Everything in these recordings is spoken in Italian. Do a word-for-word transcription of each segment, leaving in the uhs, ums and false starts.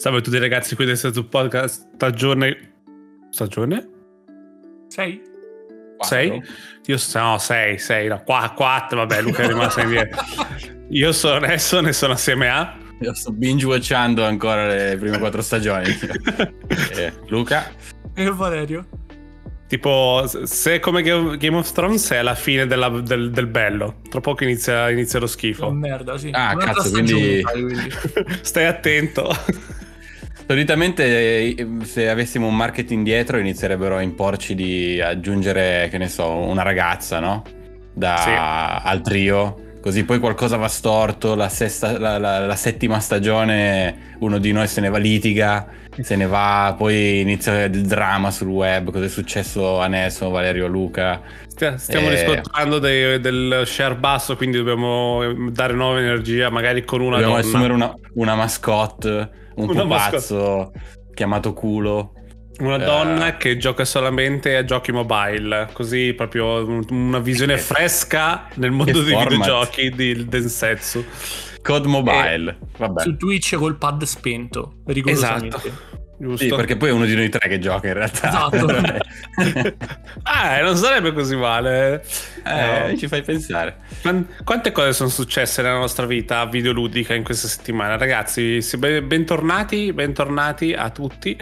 Salve a tutti ragazzi, qui del Stato Podcast, stagione... Stagione? sei? sei? Io sono... No, sei, sei, no, quattro, vabbè, Luca è rimasto indietro. Io sono Nesson e sono assieme a... Io sto binge-watchando ancora le prime quattro stagioni. eh, Luca. E Valerio. Tipo, se come Game of Thrones è alla fine della, del, del bello. Tra poco inizia, inizia lo schifo. Oh, merda, sì. Ah, Un'altra cazzo, quindi... quindi... Stai attento. Solitamente se avessimo un marketing dietro inizierebbero a imporci di aggiungere, che ne so, una ragazza, no? Da sì. al trio. Così poi qualcosa va storto, la, sesta, la, la, la settima stagione uno di noi se ne va, litiga, se ne va, poi inizia il dramma sul web, cosa è successo a Nelson, Valerio, Luca. Stiamo eh... riscontrando dei, del share basso, quindi dobbiamo dare nuova energia, magari con una dobbiamo donna. assumere una, una mascotte, un una pupazzo mascotte. chiamato culo. Una donna uh, che gioca solamente a giochi mobile, così proprio una visione fresca nel mondo dei format. videogiochi di Densetsu. Code Mobile, e vabbè. Su Twitch col pad spento, rigorosamente. Esatto. Giusto. Sì, perché poi è uno di noi tre che gioca in realtà. Esatto. Ah, non sarebbe così male. Eh, no. Ci fai pensare. Quante cose sono successe nella nostra vita videoludica in questa settimana, ragazzi? Bentornati, bentornati a tutti.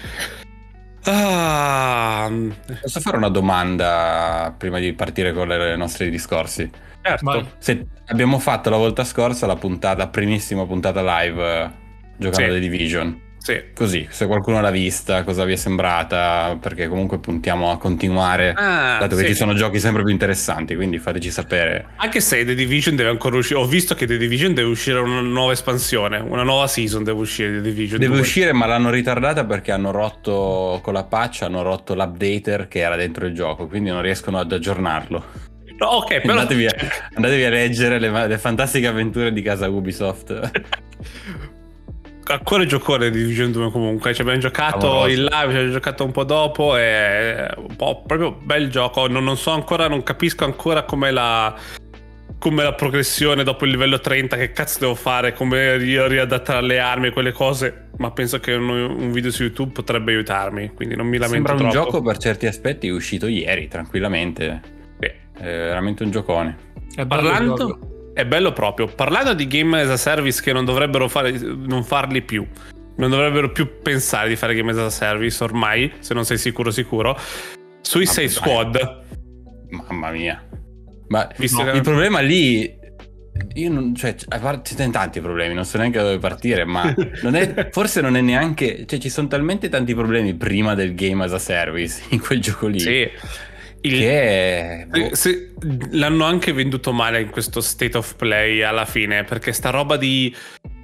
Ah. Posso fare una domanda prima di partire con i nostri discorsi? Certo. Se abbiamo fatto la volta scorsa la puntata, la primissima puntata live giocando sì. The Division. Sì. Così, se qualcuno l'ha vista, cosa vi è sembrata? Perché comunque puntiamo a continuare, ah, dato che sì. ci sono giochi sempre più interessanti, quindi fateci sapere. Anche se The Division deve ancora uscire, ho visto che The Division deve uscire una nuova espansione, una nuova season deve uscire The Division Deve due. uscire, ma l'hanno ritardata perché hanno rotto con la patch, hanno rotto l'updater che era dentro il gioco, quindi non riescono ad aggiornarlo. No, ok, però andatevi a, andatevi a leggere le, le fantastiche avventure di casa Ubisoft. Ancora giocare di Division due comunque, ci abbiamo giocato Amoroso. in live, ci abbiamo giocato un po' dopo, è un po' proprio bel gioco, non, non so ancora, non capisco ancora come la come la progressione dopo il livello trenta, che cazzo devo fare, come riadattare le armi e quelle cose, ma penso che un, un video su YouTube potrebbe aiutarmi, quindi non mi lamento Sembra un troppo. gioco per certi aspetti uscito ieri, tranquillamente, sì. È veramente un giocone. È Parlando... proprio. È bello proprio. Parlando di game as a service che non dovrebbero fare, non farli più, non dovrebbero più pensare di fare game as a service ormai, se non sei sicuro sicuro. Suicide Squad. Mamma mia. Ma Visto no, che... il problema lì, io non, cioè, ci sono tanti problemi, non so neanche da dove partire, ma non è, forse non è neanche, cioè ci sono talmente tanti problemi prima del game as a service in quel gioco lì. Sì. Il, che boh. se, l'hanno anche venduto male in questo state of play alla fine, perché sta roba di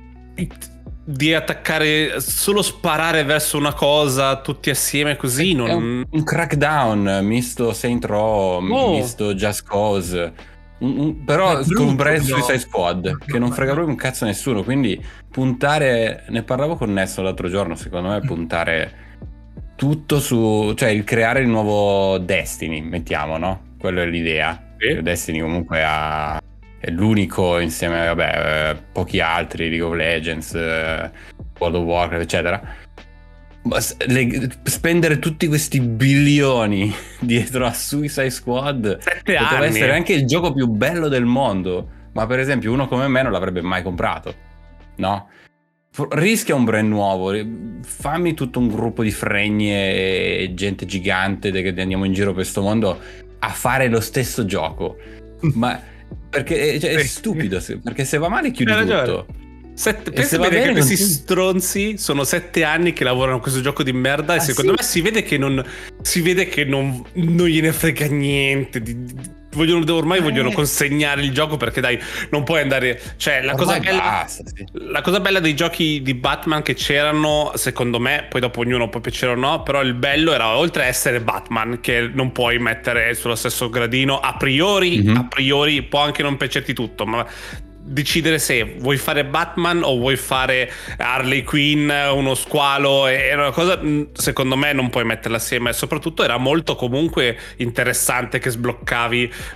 di attaccare, solo sparare verso una cosa tutti assieme così non... è un, un Crackdown misto Saint Row, oh. misto Just Cause, un, un, però brutto, con Brand no. Suicide Squad che non frega proprio un cazzo a nessuno, quindi puntare, ne parlavo con Nesso l'altro giorno, secondo me puntare tutto su, cioè il creare il nuovo Destiny, mettiamo, no? Quello è l'idea. Sì. Destiny comunque ha, è l'unico insieme a vabbè, eh, pochi altri, League of Legends, eh, World of Warcraft, eccetera. Le, spendere tutti questi bilioni dietro a Suicide Squad Sette poteva anni. essere anche il gioco più bello del mondo, ma per esempio uno come me non l'avrebbe mai comprato, no? Rischia un brand nuovo, fammi tutto un gruppo di fregne e gente gigante che andiamo in giro per questo mondo a fare lo stesso gioco, ma perché cioè, è stupido, perché se va male chiudi tutto. Sette, pensa bene che questi continui. stronzi sono sette anni che lavorano a questo gioco di merda, ah, e secondo sì? me si vede che non si vede che non, non gliene frega niente di, di, vogliono, ormai eh. vogliono consegnare il gioco, perché dai, non puoi andare, cioè la cosa, bella, basta, sì. la cosa bella dei giochi di Batman che c'erano, secondo me, poi dopo ognuno può piacere o no, però il bello era, oltre a essere Batman, che non puoi mettere sullo stesso gradino a priori, mm-hmm. a priori può anche non piacerti tutto, ma decidere se vuoi fare Batman o vuoi fare Harley Quinn, uno squalo, è una cosa, secondo me non puoi metterla assieme, e soprattutto era molto comunque interessante che sbloccavi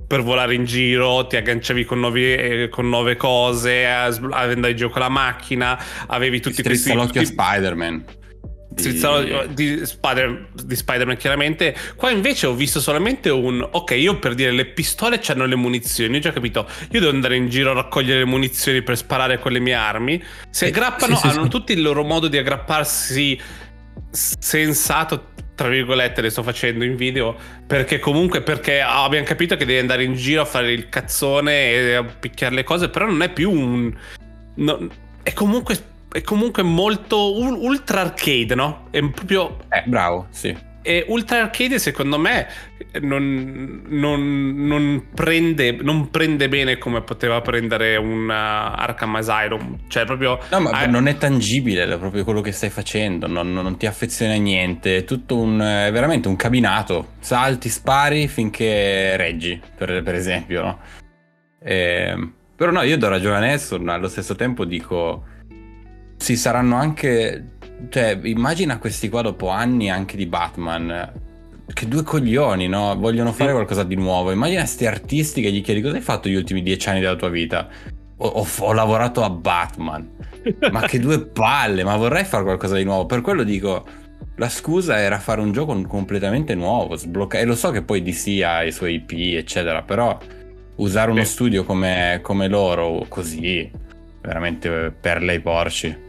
per volare in giro, ti agganciavi con, nuovi, eh, con nuove cose, andavi in giro con la macchina, avevi tutti questi... l'occhio a Spider-Man. Di... Di, Spider, di Spider-Man chiaramente. Qua invece ho visto solamente un ok, io per dire le pistole c'hanno le munizioni, ho già capito, io devo andare in giro a raccogliere le munizioni per sparare con le mie armi. Si aggrappano, sì, sì, hanno sì. tutti il loro modo di aggrapparsi sensato, tra virgolette, le sto facendo in video, perché comunque perché abbiamo capito che devi andare in giro a fare il cazzone e a picchiare le cose, però non è più un no, è comunque è comunque molto ultra arcade, no? È proprio... Eh, bravo, sì. E ultra arcade secondo me non, non, non, prende, non prende bene come poteva prendere un Arkham Asylum. Cioè proprio... No, ma hai... non è tangibile proprio quello che stai facendo, non, non ti affezioni a niente, è tutto un... è veramente un cabinato. Salti, spari finché reggi, per, per esempio, no? E... Però no, io do ragione a Nelson, allo stesso tempo dico... Sì, saranno anche... Cioè, immagina questi qua dopo anni anche di Batman. Che due coglioni, no? Vogliono fare qualcosa di nuovo. Immagina sti artisti che gli chiedi cosa hai fatto gli ultimi dieci anni della tua vita. Ho, ho, ho lavorato a Batman. Ma che due palle, ma vorrei fare qualcosa di nuovo. Per quello dico, la scusa era fare un gioco completamente nuovo, sbloccare. E lo so che poi D C ha i suoi I P, eccetera, però usare uno Beh. studio come, come loro, così, veramente perle ai porci.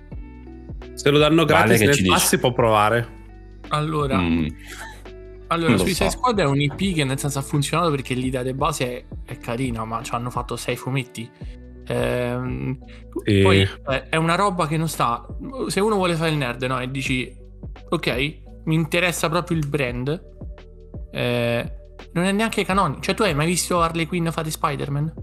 Se lo danno gratis vale nel pass si può provare. Allora, mm. allora Suicide so. Squad è un I P che nel senso ha funzionato perché l'idea di base è, è carina, ma ci hanno fatto sei fumetti. Ehm, e... Poi eh, è una roba che non sta. Se uno vuole fare il nerd, no, e dici ok, mi interessa proprio il brand, eh, non è neanche canonico. Cioè, tu hai mai visto Harley Quinn fare Spider-Man?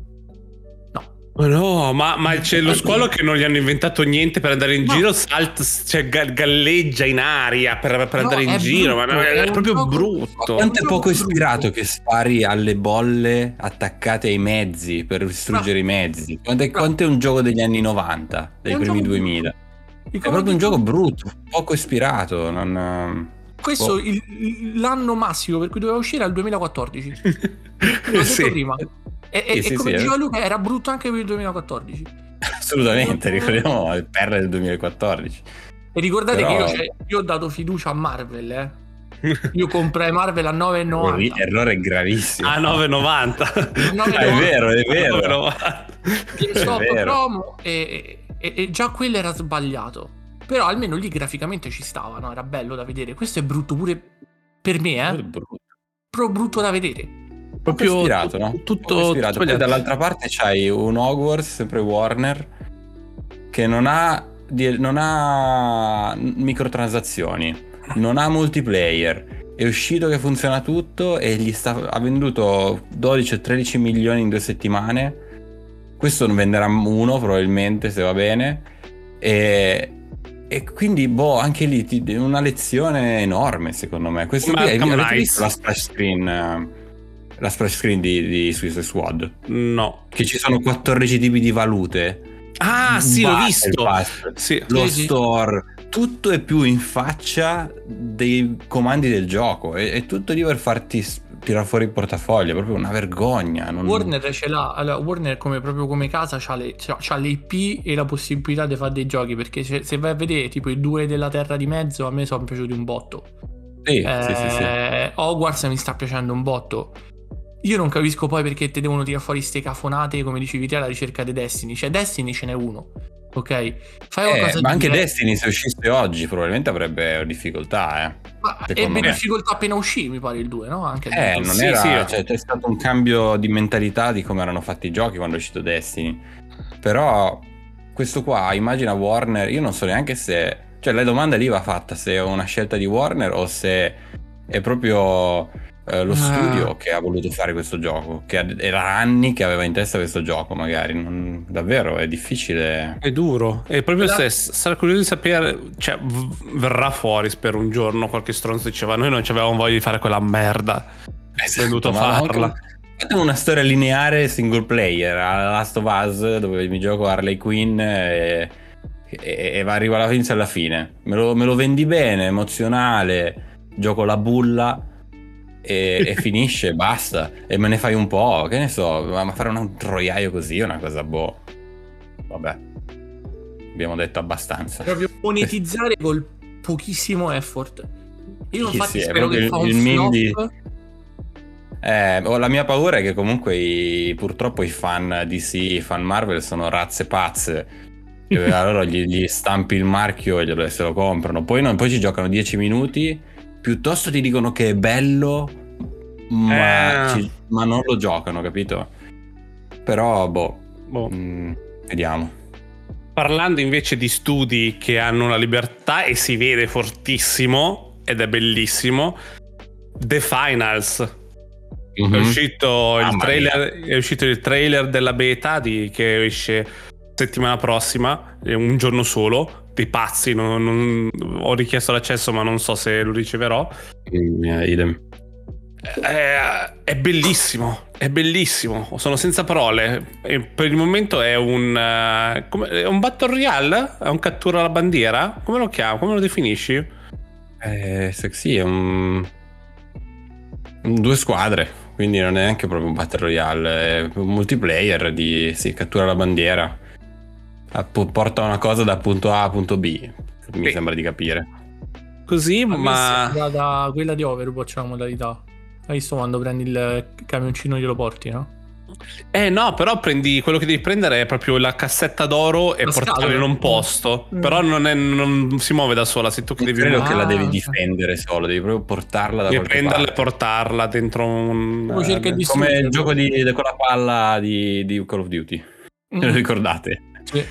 Ma no, ma, ma c'è lo squalo che non gli hanno inventato niente per andare in no. giro, salta, cioè galleggia in aria per, per no, andare in giro, brutto, ma è, è proprio gioco, brutto. Quanto è poco ispirato che spari alle bolle attaccate ai mezzi per distruggere no. i mezzi. Quanto è, no. quanto è un gioco degli anni novanta, dei primi duemila. È proprio un gioco brutto, poco ispirato. Non... Questo oh. il, l'anno massimo per cui doveva uscire è il duemilaquattordici. L'ho sì. detto prima. E, sì, e, sì, e come sì, diceva Luca, era brutto anche per il duemilaquattordici. Assolutamente, ricordiamo il perle del duemilaquattordici. E ricordate Però... che io, cioè, io ho dato fiducia a Marvel, eh. Io comprai Marvel a nove e novanta. Errore gravissimo. A nove e novanta. Ah, è vero, è vero. GameStop promo e, e, e già quello era sbagliato. Però almeno lì graficamente ci stava, no? Era bello da vedere. Questo è brutto pure per me, eh. Brutto. Però brutto da vedere. Proprio ispirato, no? Tutto ispirato. Poi dall'altra parte c'hai un Hogwarts, sempre Warner, che non ha, non ha microtransazioni, non ha multiplayer. È uscito che funziona tutto e gli sta, ha venduto dodici o tredici milioni in due settimane. Questo non venderà uno probabilmente, se va bene. E... E quindi, boh, anche lì ti, una lezione enorme, secondo me. Questo qui, avete visto la splash screen, la splash screen di, di Suicide Squad? No. Che ci sono quattordici tipi di valute. Ah, sì, l'ho visto. Sì. Lo sì, store, sì. Tutto è più in faccia dei comandi del gioco. È, è tutto lì per farti tirare fuori il portafoglio, è proprio una vergogna. Non... Warner ce l'ha, allora, Warner come proprio come casa c'ha le, c'ha le I P e la possibilità di fare dei giochi, perché se, se vai a vedere tipo i due della Terra di Mezzo a me sono piaciuti un botto. Sì, eh, sì, sì, sì. Hogwarts mi sta piacendo un botto. Io non capisco poi perché te devono tirare fuori ste cafonate, come dicevi te, alla ricerca di Destiny. Cioè Destiny ce n'è uno, ok? Fai qualcosa eh, ma anche dire... Destiny se uscisse oggi probabilmente avrebbe difficoltà, eh. Ma ebbe difficoltà appena uscì, mi pare il due, no? Anche eh, non sì, era, sì. Cioè, c'è stato un cambio di mentalità di come erano fatti i giochi quando è uscito Destiny. Però questo qua, immagina Warner, io non so neanche se, cioè la domanda lì va fatta se è una scelta di Warner o se è proprio eh, lo studio ah. che ha voluto fare questo gioco, che era anni che aveva in testa questo gioco, magari non, davvero è difficile, è duro, è proprio la... se sarà curioso di sapere, cioè v- verrà fuori spero un giorno qualche stronzo diceva noi non ci avevamo voglia di fare quella merda, esatto, è dovuto farla. È una storia lineare single player a Last of Us dove mi gioco Harley Quinn e, e, e arrivo all'inizio alla fine, me lo, me lo vendi bene, emozionale, gioco la bulla. e, e finisce, basta, e me ne fai un po', che ne so, ma fare un troiaio così è una cosa boh, vabbè, abbiamo detto abbastanza. Proprio monetizzare col pochissimo effort. Io Sì, infatti sì, è spero che proprio fa il un meme flop. di- Eh, oh, la mia paura è che comunque i- purtroppo i fan D C, i fan Marvel sono razze pazze. E allora gli, gli stampi il marchio e glielo- se lo comprano. Poi, non- poi ci giocano dieci minuti, piuttosto ti dicono che è bello, ma, Eh. ci- ma non lo giocano, capito? Però, boh, Boh. mm, vediamo. Parlando invece di studi che hanno la libertà e si vede fortissimo ed è bellissimo, The Finals. Mhm. È uscito il Mamma trailer, è uscito il trailer della beta di, che esce settimana prossima, è un giorno solo. Dei pazzi, non, non- ho richiesto l'accesso ma non so se lo riceverò. Mm, eh, idem. È, è bellissimo, è bellissimo, sono senza parole. E per il momento è un eh, come- è un battle royale? È un cattura alla bandiera? Come lo chiamo? Come lo definisci? Eh, sexy è un... due squadre, quindi non è neanche proprio un battle royale, è un multiplayer di sì, cattura la bandiera. Ah, po- porta una cosa da punto A a punto B, mi Sì. sembra di capire. Così, A me ma sembra da quella di Overwatch la modalità. Hai visto quando prendi il camioncino e glielo porti, no? eh no, però prendi quello che devi prendere è proprio la cassetta d'oro e La portarla scatola. in un posto. Mm. Però non, è- non si muove da sola, sei tu che Non devi, credo che la Ah. devi difendere solo, devi proprio portarla da devi qualche prenderla e parte. portarla dentro un Come cerca eh, di- Come il distruggere. gioco di, con la palla di, di Call of Duty, Mm. se lo ricordate? Sì.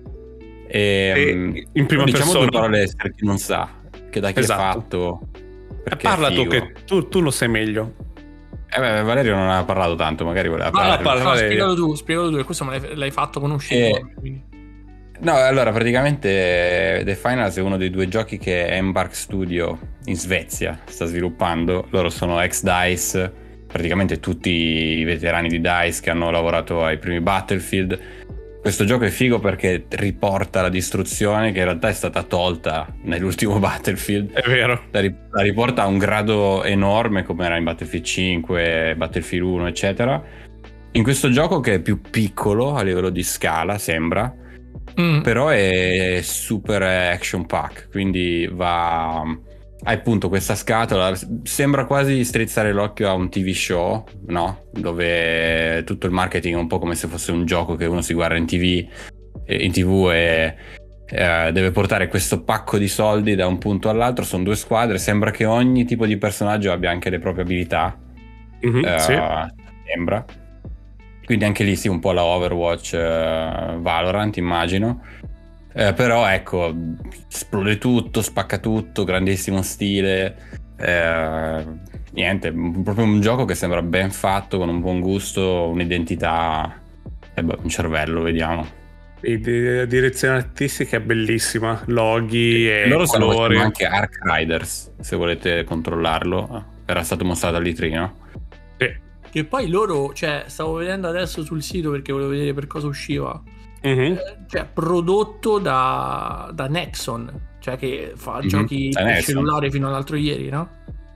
E, E in prima diciamo persona. due parole per chi non sa, che da chi Esatto. è fatto. Eh, perché è Parla tu figo. che tu, tu lo sai meglio. Eh beh, Valerio non ha parlato tanto, magari voleva Ma parlare. no, parla. no, Valerio. spiegalo tu, spiegalo tu, e questo me l'hai, l'hai fatto conoscere. Eh, quindi. No, allora praticamente The Finals è uno dei due giochi che Embark Studio in Svezia sta sviluppando. Loro sono ex DICE, praticamente tutti i veterani di DICE che hanno lavorato ai primi Battlefield. Questo gioco è figo perché riporta la distruzione che in realtà è stata tolta nell'ultimo Battlefield. È vero. La, ri- la riporta a un grado enorme come era in Battlefield cinque, Battlefield uno, eccetera. In questo gioco che è più piccolo a livello di scala, sembra, Mm. però è super action pack, quindi va... hai appunto questa scatola, sembra quasi strizzare l'occhio a un T V show, no? Dove tutto il marketing è un po' come se fosse un gioco che uno si guarda in T V, in T V e eh, deve portare questo pacco di soldi da un punto all'altro. Sono due squadre, sembra che ogni tipo di personaggio abbia anche le proprie abilità. Mhm, Eh, sì. Sembra. Quindi anche lì sì, un po' la Overwatch, eh, Valorant immagino. Eh, però ecco, esplode tutto, spacca tutto, grandissimo stile. Eh, niente, proprio un gioco che sembra ben fatto, con un buon gusto, un'identità e beh, un cervello, vediamo. E di- direzione artistica è bellissima, loghi e Loro stanno colori. facendo anche Ark Riders, se volete controllarlo. Era stato mostrato all'E tre, no? Sì. E poi loro, cioè, stavo vedendo adesso sul sito perché volevo vedere per cosa usciva. Mhm. Eh, Cioè, prodotto da, da Nexon, cioè che fa Mhm, giochi da per Nexon. cellulare fino all'altro ieri, no?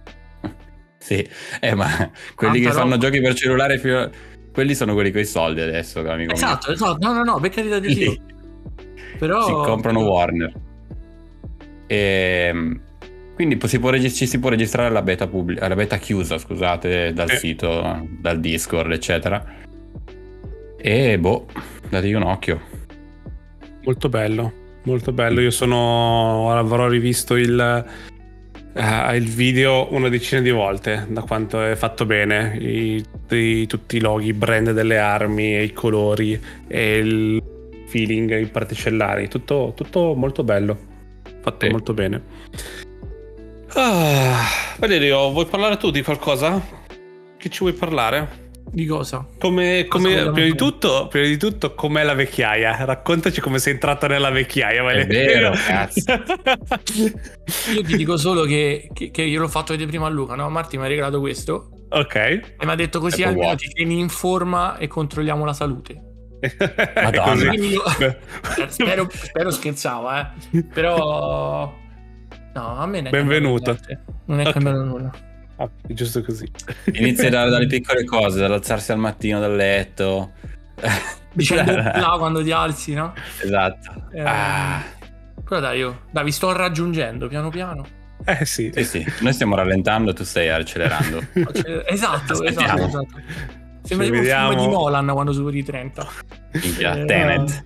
Sì, eh, ma quelli Tanta che fanno roba. giochi per cellulare, fino- quelli sono quelli con i soldi adesso, amico Esatto, esatto. No, no, no, per carità di mio. Dio. Lì Però si comprano Warner. E quindi po- si può regi- ci si può registrare alla beta pubblica, alla beta chiusa, scusate, dal Eh. sito, dal Discord, eccetera. E boh, dategli un occhio. Molto bello, molto bello. Io sono avrò rivisto il, eh, il video una decina di volte da quanto è fatto bene. I, i- tutti i loghi, i brand delle armi, e i colori e il feeling, i particellari, tutto, tutto molto bello, fatto Sì. molto bene. Ah, Valerio, vuoi parlare tu di qualcosa? Che ci vuoi parlare? di cosa? Come, come- vogliamo prima, di fare? tutto, prima di tutto, com'è la vecchiaia? Raccontaci come sei entrato nella vecchiaia, Valerio. vero, cazzo. Io ti dico solo che, che, che io l'ho fatto vedere prima a Luca, no? Marti mi ha regalato questo Ok. e mi ha detto così Apple almeno Watch. ti tieni in forma e controlliamo la salute. Madonna. Così. Quindi io- Eh, spero, spero scherzava, eh. Però no, a me non è Benvenuto. cambiato niente. Non è Ok. cambiato nulla. ah, è giusto così. Inizia da, dalle piccole cose, dall'alzarsi al mattino dal letto. Dicendo là quando ti alzi, no? Esatto. Eh, ah. Però dai, io dai, vi sto raggiungendo piano piano. Eh sì. Sì, sì. Noi stiamo rallentando, tu stai accelerando. Esatto, esatto, esatto. Sembra tipo un film di Nolan quando superi i trenta. Minchia, eh, Tenet.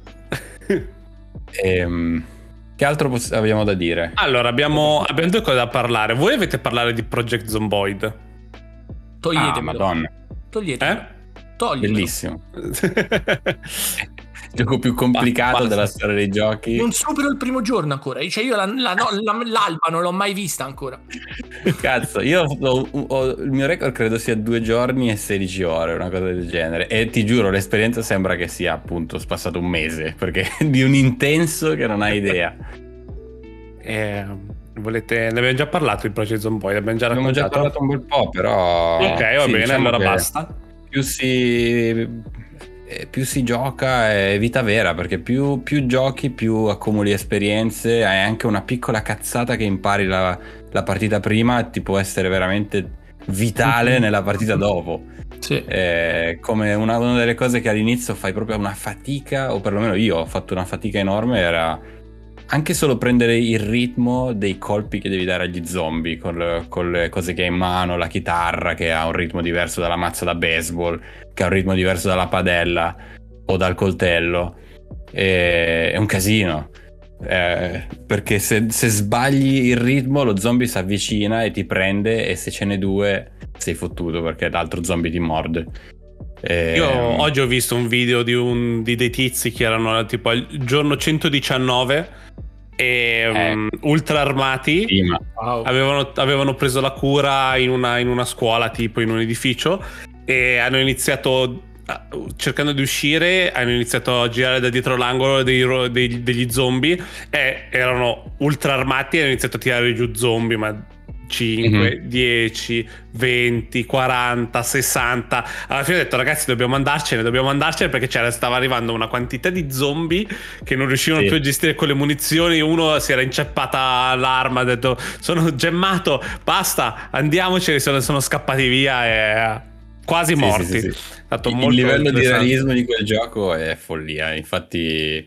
ehm, che altro poss- abbiamo da dire? Allora, abbiamo, abbiamo due cose da parlare. Voi avete parlare di Project Zomboid? Toglietemelo. Ah, madonna. Toglietemelo. Eh? Toglietemelo. Bellissimo. Il gioco più complicato basta, della storia dei giochi. Non supero il primo giorno ancora. Cioè io la, la, no, la, l'alba non l'ho mai vista ancora. Cazzo, io ho, ho, il mio record credo sia due giorni e sedici ore, una cosa del genere. E ti giuro, l'esperienza sembra che sia appunto passato un mese, perché di un intenso che non hai idea. Eh, volete, ne abbiamo già parlato di Project Zomboid, abbiamo già abbiamo raccontato. già parlato un bel po', però ok, va sì, bene, diciamo allora basta. Più si più si gioca è vita vera, perché più, più giochi, più accumuli esperienze, hai anche una piccola cazzata che impari la, la partita prima ti può essere veramente vitale nella partita dopo. Sì. È come una, una delle cose che all'inizio fai proprio una fatica, o perlomeno io ho fatto una fatica enorme, era anche solo prendere il ritmo dei colpi che devi dare agli zombie con le, con le cose che hai in mano, la chitarra che ha un ritmo diverso dalla mazza da baseball, che ha un ritmo diverso dalla padella o dal coltello. E, è un casino, eh, perché se, se sbagli il ritmo lo zombie si avvicina e ti prende, e se ce n'è due sei fottuto perché l'altro zombie ti morde. E... Io oggi ho visto un video di, un, di dei tizi che erano tipo al giorno centodiciannove e eh, um, ultra armati. Wow. avevano, avevano preso la cura in una, in una scuola, tipo in un edificio, e hanno iniziato, cercando di uscire, hanno iniziato a girare da dietro l'angolo dei, dei, degli zombie, e erano ultra armati e hanno iniziato a tirare giù zombie, ma cinque, mm-hmm. dieci, venti, quaranta, sessanta. Alla fine ho detto: ragazzi, dobbiamo andarcene, dobbiamo andarcene perché c'era, stava arrivando una quantità di zombie che non riuscivano sì. più a gestire con le munizioni. Uno si era inceppata l'arma, ha detto: sono gemmato, basta, andiamocene. Sono, sono scappati via e quasi morti. Sì, sì, sì, sì. È stato il molto livello di realismo di quel gioco è follia. Infatti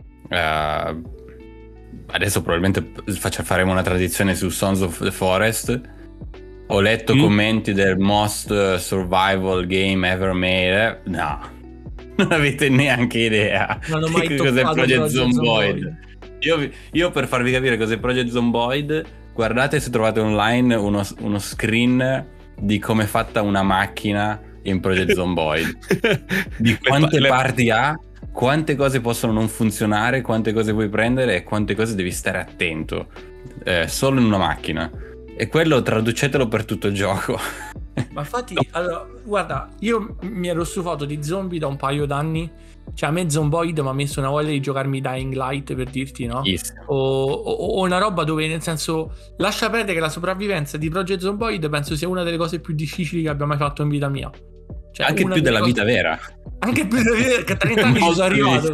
uh, adesso probabilmente faccia, faremo una tradizione su Sons of the Forest. Ho letto mm. commenti del most survival game ever made. No, non avete neanche idea non ho mai che cos'è Project Zomboid. Zomboid. Io, io per farvi capire cos'è Project Zomboid, guardate se trovate online uno, uno screen di come è fatta una macchina in Project Zomboid, di quante parti ha, quante cose possono non funzionare, quante cose puoi prendere e quante cose devi stare attento, eh, solo in una macchina. E quello traducetelo per tutto il gioco. Ma infatti, allora, guarda, io mi ero stufato di zombie da un paio d'anni. Cioè a me Zomboid mi ha messo una voglia di giocarmi Dying Light, per dirti, no? Yes. O, o, o una roba dove, nel senso, lascia perdere che la sopravvivenza di Project Zomboid penso sia una delle cose più difficili che abbia mai fatto in vita mia. Cioè, anche più della cose... vita vera. Anche più della vita vera, che a trenta anni ci sono arrivato.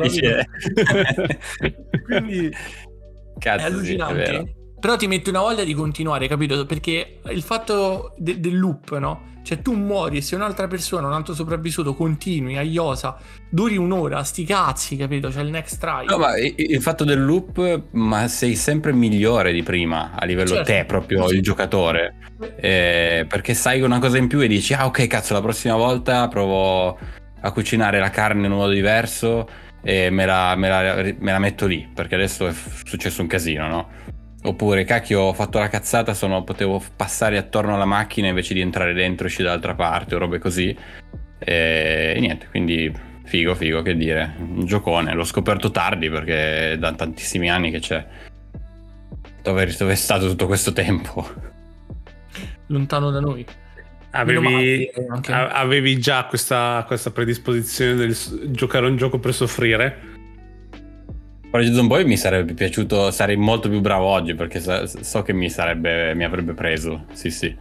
Quindi cazzo, è allucinante. Sì, è però ti mette una voglia di continuare, capito? Perché il fatto de- del loop, no? Cioè tu muori e se un'altra persona, un altro sopravvissuto, continui a iosa, duri un'ora, sti cazzi, capito? C'è il next try. No, ma il fatto del loop, ma sei sempre migliore di prima a livello certo. te, proprio il giocatore, eh, perché sai una cosa in più e dici: ah, ok, cazzo, la prossima volta provo a cucinare la carne in un modo diverso e me la, me la, me la metto lì, perché adesso è successo un casino, no? Oppure, cacchio, ho fatto la cazzata, sono, potevo passare attorno alla macchina invece di entrare dentro e uscire dall'altra parte, o robe così. E, e niente, quindi figo, figo, che dire. Un giocone, l'ho scoperto tardi perché è da tantissimi anni che c'è. Dove, dove è stato tutto questo tempo? Lontano da noi. Avevi, avevi già questa, questa predisposizione del giocare un gioco per soffrire? Project Zomboid mi sarebbe piaciuto, sarei molto più bravo oggi perché so che mi sarebbe, mi avrebbe preso, sì sì.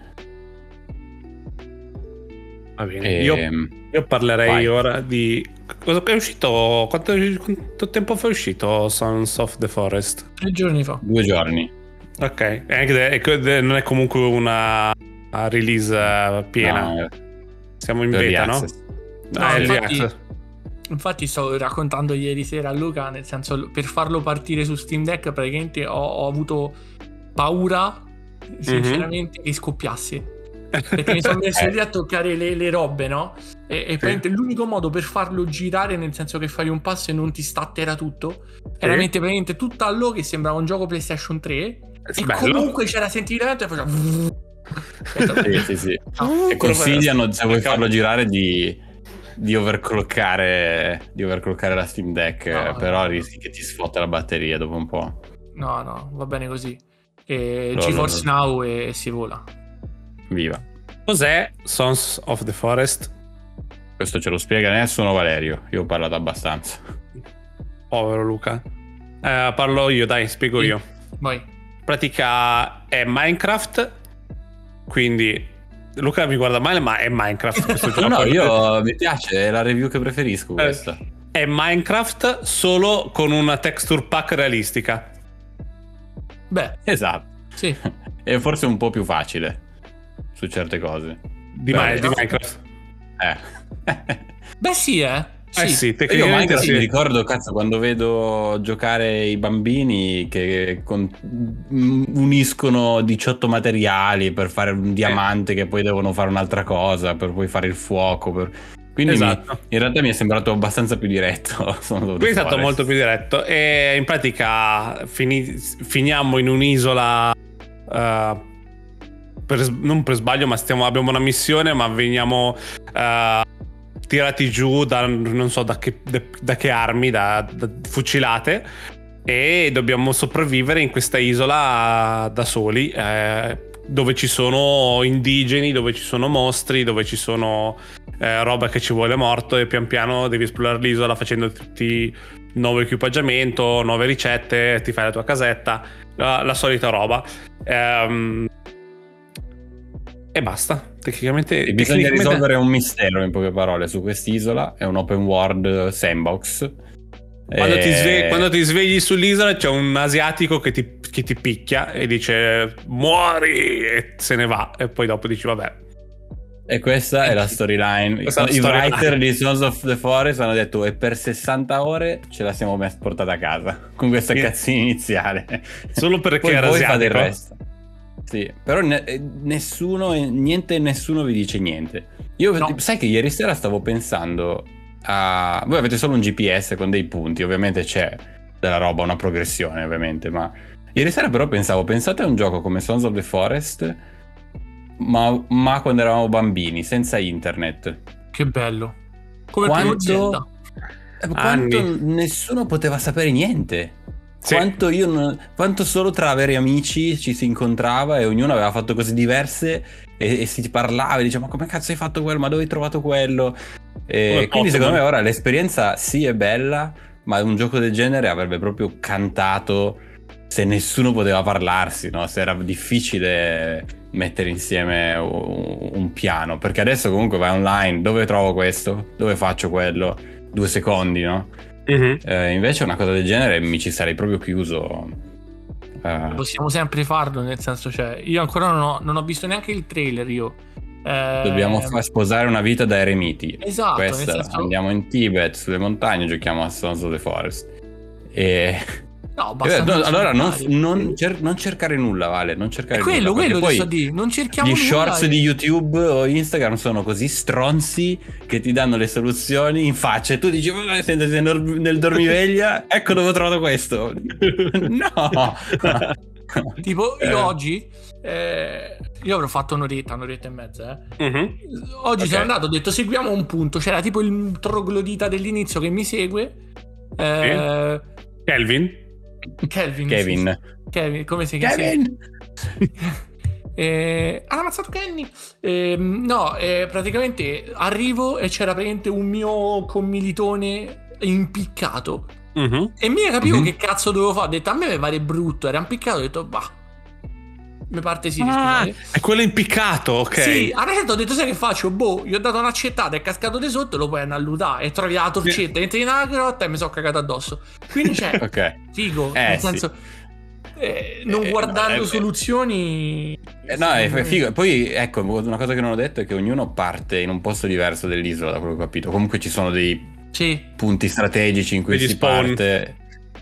Va bene, e... io, io parlerei Vai. ora di cosa è uscito, quanto, quanto tempo fa è uscito Sons of the Forest? Tre giorni fa. Due giorni. Ok, non è comunque una release piena. No, siamo in beta, no? No, eh, infatti, infatti stavo raccontando ieri sera a Luca, nel senso, per farlo partire su Steam Deck praticamente ho, ho avuto paura sinceramente mm-hmm. che scoppiasse, perché mi sono messo lì a toccare le, le robe, no? E, e sì. l'unico modo per farlo girare, nel senso che fai un passo e non ti stattera tutto, era sì. veramente, veramente tutto allo che sembrava un gioco PlayStation tre è e bello. Comunque c'era sentimento e faceva sì, sì, sì. Oh, e consigliano, se vuoi farlo girare, di di overclockare di overclockare la Steam Deck, no, però no, rischi no. che ti sfotta la batteria dopo un po'. No, no, va bene così. E GeForce no, no. Now e si vola. Viva. Cos'è Sons of the Forest? Questo ce lo spiega nessuno, Valerio. Io ho parlato abbastanza. Povero Luca. Eh, parlo io, dai, spiego sì. io. Vai. In pratica è Minecraft, quindi Luca mi guarda male, ma è Minecraft questo gioco. No, io mi piace, è la review che preferisco questa. Eh, è Minecraft solo con una texture pack realistica. Beh, esatto. Sì. E forse un po' più facile su certe cose. Di, Beh, di Minecraft. Eh. Beh sì, eh. Sì. Eh sì, io Minecraft sì. mi ricordo, cazzo, quando vedo giocare i bambini che con... uniscono diciotto materiali per fare un diamante eh. che poi devono fare un'altra cosa, per poi fare il fuoco. Per... Quindi esatto. mi... in realtà mi è sembrato abbastanza più diretto. Qui è stato molto più diretto e in pratica fini... finiamo in un'isola, uh, per... non per sbaglio, ma stiamo... abbiamo una missione, ma veniamo... Uh... tirati giù da non so da che, da, da che armi, da, da fucilate, e dobbiamo sopravvivere in questa isola da soli, eh, dove ci sono indigeni, dove ci sono mostri, dove ci sono eh, roba che ci vuole morto, e pian piano devi esplorare l'isola facendo tutti nuovo equipaggiamento, nuove ricette, ti fai la tua casetta, la, la solita roba. Ehm, E basta. Tecnicamente e bisogna tecnicamente... risolvere un mistero, in poche parole, su quest'isola. È un open world sandbox. Quando, e... ti, sve- quando ti svegli sull'isola c'è un asiatico che ti, che ti picchia e dice muori, e se ne va. E poi dopo dici vabbè. E questa è la storyline. I storyline. Writer di Sons of the Forest hanno detto e per sessanta ore ce la siamo portata a casa con questa yeah. cazzina iniziale. Solo perché poi era voi asiatico. Fate il resto. Sì, però ne- nessuno, niente e nessuno vi dice niente. Io no. sai che ieri sera stavo pensando a... Voi avete solo un G P S con dei punti, ovviamente c'è della roba, una progressione ovviamente, ma ieri sera però pensavo, pensate a un gioco come Sons of the Forest, ma, ma quando eravamo bambini, senza internet. Che bello. Come quanto, quanto nessuno poteva sapere niente. Sì. Quanto io non, quanto solo tra veri amici ci si incontrava e ognuno aveva fatto cose diverse e, e si parlava e diceva ma come cazzo hai fatto quello, ma dove hai trovato quello, e quindi secondo me ora l'esperienza sì è bella, ma un gioco del genere avrebbe proprio cantato se nessuno poteva parlarsi, no? Se era difficile mettere insieme un, un piano, perché adesso comunque vai online, dove trovo questo, dove faccio quello, due secondi, no? Uh-huh. Eh, invece una cosa del genere mi ci sarei proprio chiuso. Eh. Possiamo sempre farlo, nel senso, cioè io ancora non ho, non ho visto neanche il trailer io. Eh... Dobbiamo far sposare una vita da eremiti. Esatto. Questa, nel senso... andiamo in Tibet, sulle montagne, giochiamo a Sons of the Forest. E... No, basta. No, allora non, non, cer- non cercare nulla, Vale, non cercare è quello, nulla. Quello, poi so di, non cerchiamo gli nulla. Gli shorts e... di YouTube o Instagram sono così stronzi che ti danno le soluzioni in faccia e tu dici sei nel dormiveglia, ecco dove ho trovato questo. No. Tipo io eh. oggi eh, io avrò fatto un'oretta, un'oretta e mezza eh. uh-huh. Oggi okay. sono andato, ho detto seguiamo un punto, c'era tipo il troglodita dell'inizio che mi segue, eh, Kelvin Kelvin Kevin sì. Kevin come si chiama? Kevin eh, ha ammazzato Kenny, eh, no eh, praticamente arrivo e c'era praticamente un mio commilitone impiccato uh-huh. e mi capivo uh-huh. che cazzo dovevo fare, ho detto a me mi pare brutto, era impiccato, ho detto bah mi parte sì ah, è quello impiccato, ok. Sì, adesso ho detto sai che faccio, boh, gli ho dato un'accettata, è cascato di sotto, lo puoi annallutare e trovi la torcetta, entri nella grotta e mi sono cagato addosso, quindi c'è okay. figo, eh, nel senso sì. eh, non eh, guardando eh, soluzioni eh, no è figo. Poi ecco, una cosa che non ho detto è che ognuno parte in un posto diverso dell'isola, da quello che ho capito. Comunque ci sono dei sì. punti strategici in cui Quindi si spawn. parte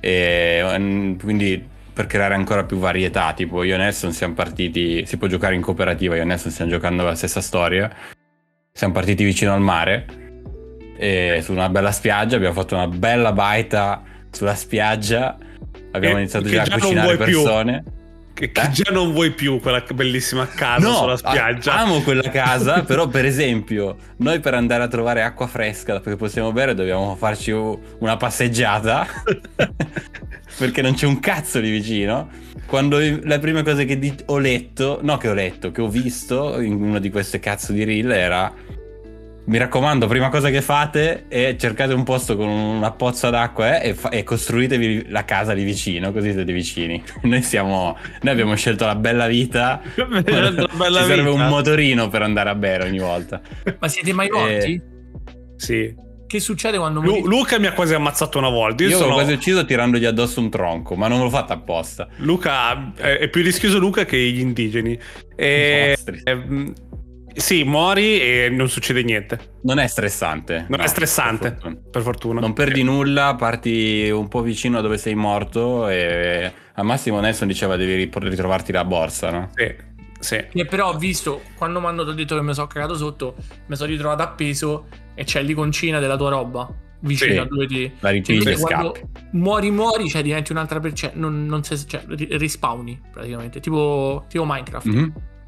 e quindi per creare ancora più varietà, tipo io e Nelson siamo partiti, si può giocare in cooperativa, io e Nelson stiamo giocando la stessa storia, siamo partiti vicino al mare e su una bella spiaggia, abbiamo fatto una bella baita sulla spiaggia, abbiamo e iniziato già a cucinare persone più. Che, che eh? già non vuoi più quella bellissima casa no, sulla spiaggia. Amo quella casa, però per esempio noi per andare a trovare acqua fresca che possiamo bere dobbiamo farci una passeggiata perché non c'è un cazzo lì vicino. Quando le prime cose che di- ho letto, no che ho letto, che ho visto in uno di queste cazzo di reel era: mi raccomando, prima cosa che fate è cercate un posto con una pozza d'acqua eh, e, fa- e costruitevi la casa lì vicino, così siete vicini. Noi siamo, noi abbiamo scelto la bella vita, la bella ci serve vita. Un motorino per andare a bere ogni volta. Ma siete mai morti? Eh, sì. Che succede quando Lu- Luca mi ha quasi ammazzato una volta. Io, Io sono l'ho quasi ucciso tirandogli addosso un tronco, ma non l'ho fatto apposta. Luca è, è più rischioso Luca che gli indigeni. E, e, sì, muori e non succede niente. Non è stressante. Non no, è stressante, per fortuna. per fortuna. Non perdi okay. nulla, parti un po' vicino a dove sei morto e al massimo Nelson diceva devi ritrovarti la borsa, no? Sì, sì. Che però ho visto, quando mi hanno detto che mi sono cagato sotto, mi sono ritrovato appeso e c'è l'iconcina della tua roba vicino sì. a dove ti... La ripigli e scappi. Muori muori, cioè diventi un'altra per... Cioè, non, non sei... Cioè, rispawni praticamente, tipo, tipo Minecraft. Mm-hmm.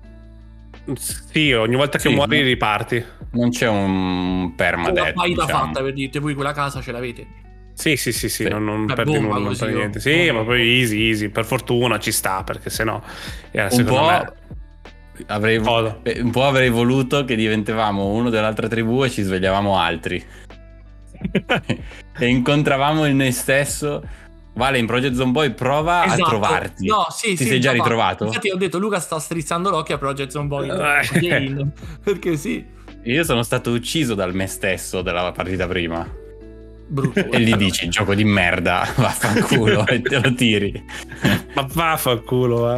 Sì, ogni volta che sì, muori no. riparti. Non c'è un permadeath. Una paita diciamo. fatta per dirti, voi quella casa ce l'avete. Sì, sì, sì, sì, sì. non, non perdi nulla, non perdi niente. Sì, ma poi easy, easy. Per fortuna ci sta, perché sennò era, un po' me... avrei oh. un po' avrei voluto che diventavamo uno dell'altra tribù e ci svegliavamo altri. E incontravamo il noi stesso. Vale, in Project Zomboid prova esatto. a trovarti. No, sì, Ti sì, sei già papà. ritrovato? Infatti ho detto Luca sta strizzando l'occhio a Project Zomboid. Perché sì. Io sono stato ucciso dal me stesso della partita prima. Brutto. E gli dici gioco di merda, vaffanculo e te lo tiri. Ma vaffanculo, va.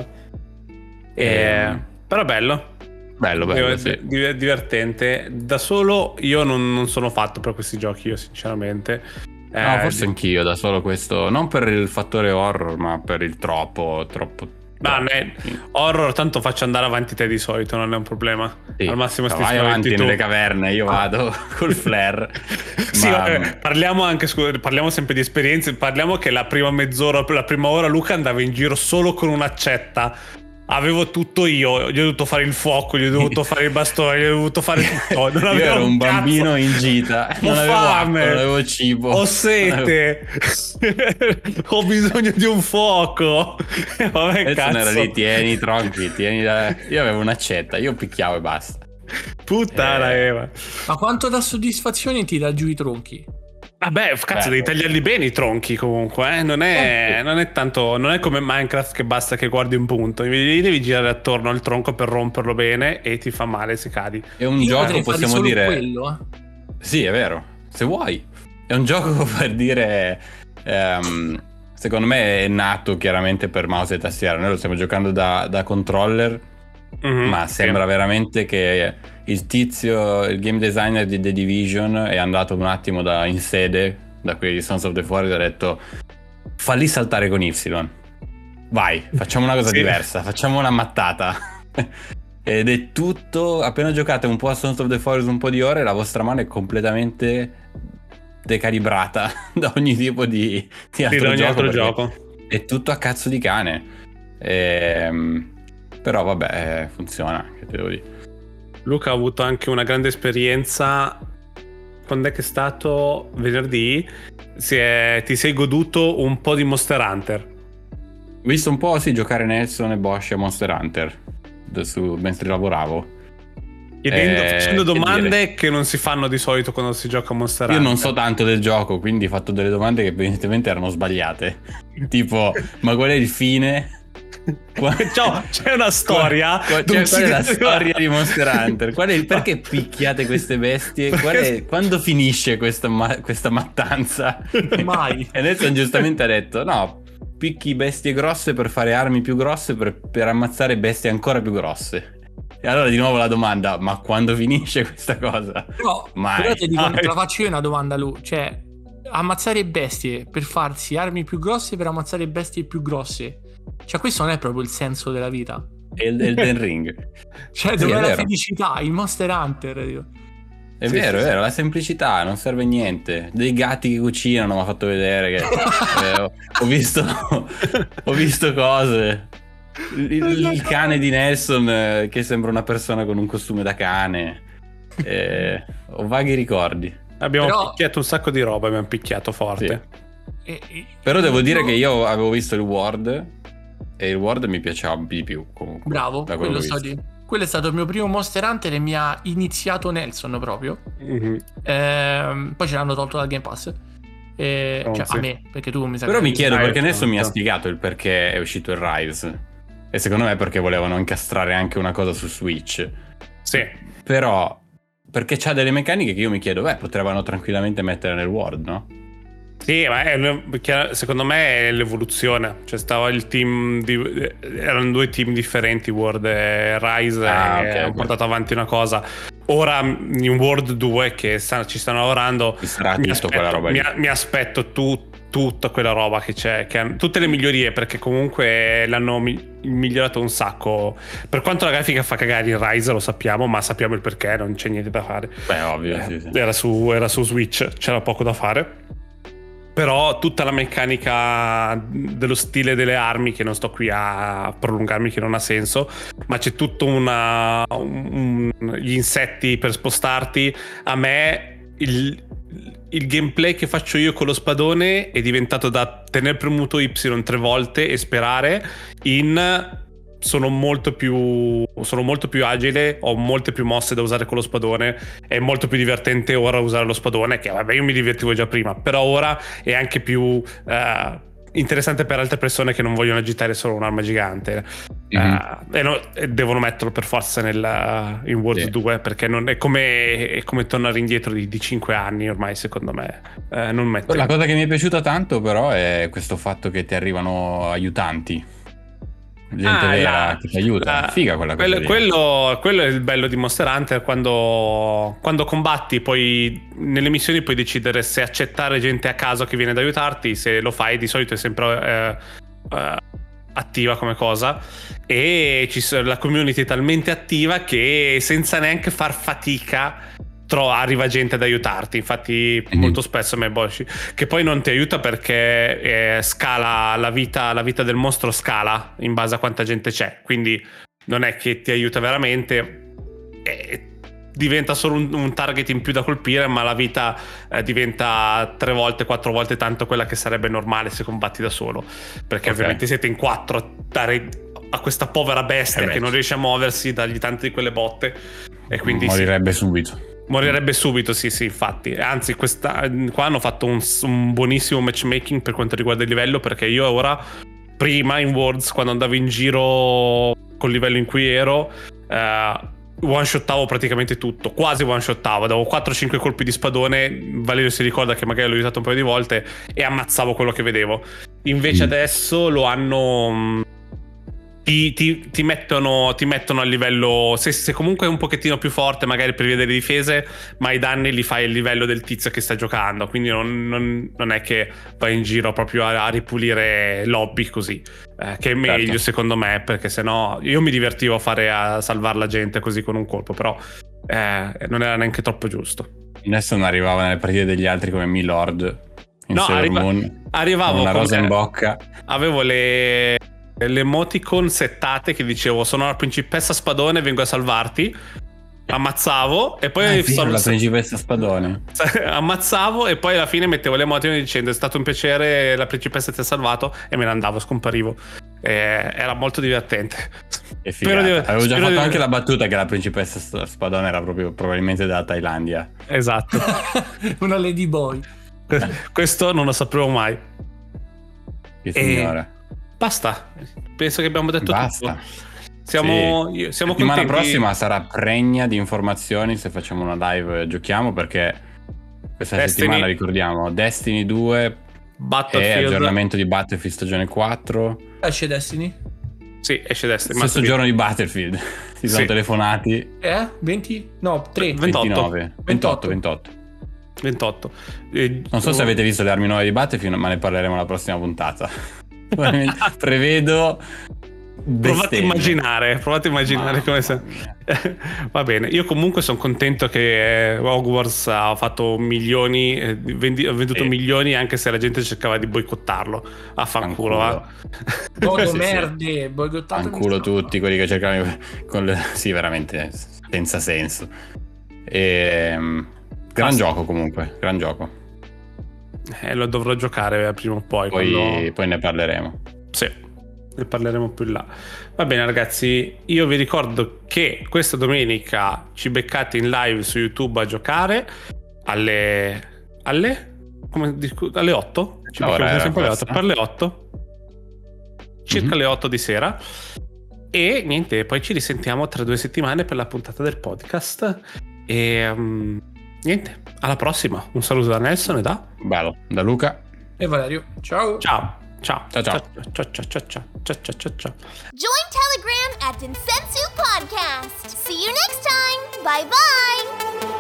Eh, però bello. Bello, bello, Div- sì. div- divertente. Da solo io non, non sono fatto per questi giochi, io sinceramente. Eh, no, forse di... anch'io, da solo questo. Non per il fattore horror, ma per il troppo, troppo... No, ne... horror tanto faccio andare avanti te di solito, non è un problema. Sì. Al massimo no, vai avanti tu. Nelle caverne, io vado col flare. Sì, ma... vabbè, parliamo anche, scu- parliamo sempre di esperienze. Parliamo che la prima mezz'ora, la prima ora Luca andava in giro solo con un'accetta. Avevo tutto io, gli ho dovuto fare il fuoco, gli ho dovuto fare il bastone, gli ho dovuto fare tutto. Non io ero un, un bambino cazzo. in gita, non ho avevo fame, acqua, non avevo cibo, ho sete, ho bisogno di un fuoco. Vabbè, e cazzo. Era lì, tieni i tronchi, tieni la... Io avevo un'accetta, io picchiavo e basta. Puttana eh... Eva. Ma quanto dà soddisfazione ti dà giù i tronchi? Vabbè, cazzo, Beh, devi tagliarli bene i tronchi comunque, eh? non, è, non è tanto, non è come Minecraft che basta che guardi un punto, devi, devi girare attorno al tronco per romperlo bene e ti fa male se cadi. È un Io gioco, possiamo dire quello, eh? Sì, è vero, se vuoi. È un gioco per dire um, secondo me è nato chiaramente per mouse e tastiera. Noi lo stiamo giocando da, da controller, mm-hmm, ma sembra sì. veramente che il tizio, il game designer di The Division è andato un attimo da, in sede da quelli di Sons of the Forest e ha detto falli saltare con Y, vai, facciamo una cosa sì. diversa, facciamo una mattata. Ed è tutto, appena giocate un po' a Sons of the Forest un po' di ore, la vostra mano è completamente decalibrata da ogni tipo di, di altro, sì, da ogni gioco, altro gioco. È tutto a cazzo di cane. Ehm, però vabbè, funziona, che te devo dire. Luca ha avuto anche una grande esperienza. Quando è che è stato? Venerdì? Si è, ti sei goduto un po' di Monster Hunter? Ho visto un po' sì giocare Nelson e Bosch a Monster Hunter su, mentre lavoravo, chiedendo, eh, facendo domande che, che non si fanno di solito quando si gioca a Monster Io Hunter. non so tanto del gioco, quindi ho fatto delle domande che evidentemente erano sbagliate. Tipo, ma qual è il fine? Ciao, c'è una storia. Qual, qual, cioè, qual è la storia di Monster Hunter? Qual è il, perché picchiate queste bestie? Qual è, quando finisce questa, ma, questa mattanza? Mai. E Nelson giustamente ha detto: no, picchi bestie grosse per fare armi più grosse per, per ammazzare bestie ancora più grosse. E allora di nuovo la domanda, ma quando finisce questa cosa? No, Mai. Però ti dico, te la faccio io una domanda, Lu, cioè ammazzare bestie per farsi armi più grosse per ammazzare bestie più grosse, cioè questo non è proprio il senso della vita. È il Elden Ring. Cioè Sì, dov'è è la vero. felicità, il Monster Hunter, dico. È Sì, vero, sì, è vero, la semplicità non serve a niente. Dei gatti che cucinano mi ha fatto vedere che eh, ho, ho visto ho visto cose. Il, il- il cane di Nelson eh, che sembra una persona con un costume da cane. Eh, ho vaghi ricordi. Abbiamo Però- picchiato un sacco di roba, abbiamo picchiato forte. E- e- Però devo dire no, che io avevo visto il World e il World mi piaceva di più comunque. bravo, da quello, che ho sta visto. di- quello è stato il mio primo Monster Hunter e mi ha iniziato Nelson proprio. Mhm. Ehm, poi ce l'hanno tolto dal Game Pass. E- Oh, cioè sì. a me, perché tu mi sa Però che- mi chiedo Ah, perché io Nelson mi ha certo. spiegato il perché è uscito il Rise. E secondo me è perché volevano incastrare anche una cosa su Switch. Sì. Però perché c'ha delle meccaniche che io mi chiedo, beh, potrebbero tranquillamente mettere nel World, no? Sì, ma è, perché secondo me è l'evoluzione. Cioè, stava il team di, erano due team differenti, World e Rise, Ah, e ok, hanno ok. portato avanti una cosa. Ora in World due che sta- ci stanno lavorando, Ci sarà mi tutto aspetto, quella roba lì. mi, mi aspetto tu- tutta quella roba che c'è, che hanno- tutte le migliorie, perché comunque l'hanno mi- migliorato un sacco. Per quanto la grafica fa cagare in Rise, lo sappiamo, ma sappiamo il perché, non c'è niente da fare. Beh, ovvio, sì, sì. Era su, era su Switch, c'era poco da fare. Però tutta la meccanica dello stile delle armi, che non sto qui a prolungarmi, che non ha senso, ma c'è tutto una, un- gli insetti per spostarti. A me il, il gameplay che faccio io con lo spadone è diventato da tenere premuto Y tre volte e sperare in... Sono molto più sono molto più agile, ho molte più mosse da usare con lo spadone, è molto più divertente ora usare lo spadone, che vabbè io mi divertivo già prima, però ora è anche più eh, interessante per altre persone che non vogliono agitare solo un'arma gigante. Mhm. Eh, e, no- e devono metterlo per forza nel, in World Sì. due, perché non, è, come, è come tornare indietro di, di cinque anni ormai, secondo me. Eh, non mettere. La cosa che mi è piaciuta tanto però è questo fatto che ti arrivano aiutanti. Gente Ah, vera la- che ti aiuta. la- Figa quella cosa quello, lì. quello, quello è il bello di Monster Hunter, quando, quando combatti, poi nelle missioni puoi decidere se accettare gente a caso che viene ad aiutarti. Se lo fai, di solito è sempre eh, eh, attiva come cosa, e ci so- la community è talmente attiva che senza neanche far fatica tro- arriva gente ad aiutarti. Infatti Mhm. molto spesso me Boshi, che poi non ti aiuta perché eh, scala la vita, la vita del mostro scala in base a quanta gente c'è, quindi non è che ti aiuta veramente, eh, diventa solo un, un target in più da colpire, ma la vita eh, diventa tre volte, quattro volte tanto quella che sarebbe normale se combatti da solo, perché Ok. ovviamente siete in quattro a dare a questa povera bestia Eh beh. che non riesce a muoversi, dargli tante di quelle botte, e quindi sì. Morirebbe subito. Morirebbe subito, sì, sì, infatti. Anzi, questa, qua hanno fatto un, un buonissimo matchmaking per quanto riguarda il livello, perché io ora, prima in Worlds, quando andavo in giro col livello in cui ero, eh, one-shottavo praticamente tutto, quasi one-shottavo, davo quattro cinque colpi di spadone, Valerio si ricorda che magari l'ho usato un paio di volte, e ammazzavo quello che vedevo. Invece Mm. adesso lo hanno... mh, Ti, ti- ti mettono, ti mettono a livello, se, se comunque è un pochettino più forte magari per via delle difese, ma i danni li fai a livello del tizio che sta giocando, quindi non, non- non è che vai in giro proprio a, a ripulire lobby così, eh, che è meglio Certo. secondo me, perché sennò io mi divertivo a fare a salvare la gente così con un colpo, però eh, non era neanche troppo giusto. Adesso non arrivava nelle partite degli altri come Milord in No, Sailor arriva- Moon, arrivavo con una con- rosa in bocca. Avevo le le emoticon settate che dicevo sono la principessa spadone, vengo a salvarti, ammazzavo e poi Ah, è vero, sono- la principessa spadone. ammazzavo e poi alla fine mettevo le emoticon dicendo è stato un piacere, la principessa ti ha salvato, e me ne andavo, scomparivo. Eh, era molto divertente. Che Spero figata. di- Avevo già spero fatto di- anche la battuta che la principessa st- spadone era proprio probabilmente dalla Thailandia. Esatto. Una lady boy. Questo non lo sapevo mai. Che E- signore. Basta, penso che abbiamo detto Basta. tutto. Siamo, Sì. io- siamo settimana contenti. prossima sarà pregna di informazioni se facciamo una live e giochiamo, perché questa Destiny. settimana ricordiamo Destiny due Battlefield. E aggiornamento di Battlefield stagione quattro. Esce Destiny? Sì, esce Destiny. Stesso giorno di Battlefield. Si sono sì. telefonati. Eh? venti? No, tre. ventinove. ventotto, ventotto. ventotto. Eh, non so oh. se avete visto le armi nuove di Battlefield, ma ne parleremo la prossima puntata. Prevedo. Provate a immaginare, provate a immaginare come se... Va bene, io comunque sono contento che Hogwarts ha fatto milioni, eh, vendi, ha venduto sì. milioni, anche se la gente cercava di boicottarlo. Affanculo, va. Bodo sì, merde, sì. boicottato. Fanculo tutti quelli che cercavano con le... Sì, veramente, senza senso. E... Gran Basta. gioco comunque, gran gioco. Eh, lo dovrò giocare prima o poi. Poi, quando... poi ne parleremo. Sì. Ne parleremo più in là. Va bene ragazzi, io vi ricordo che questa domenica ci beccate in live su YouTube a giocare alle alle come discu- alle otto. Ci becchiamo sempre alle otto, per le otto. Circa mm-hmm. le otto di sera. E niente, poi ci risentiamo tra due settimane per la puntata del podcast. E um, niente, alla prossima. Un saluto da Nelson e da Bello, da Luca e Valerio. Ciao. Ciao. Ciao, ciao, ciao, ciao, ciao, ciao, ciao, ciao, ciao, ciao, ciao. Join Telegram at Densetsu Podcast. See you next time. Bye bye.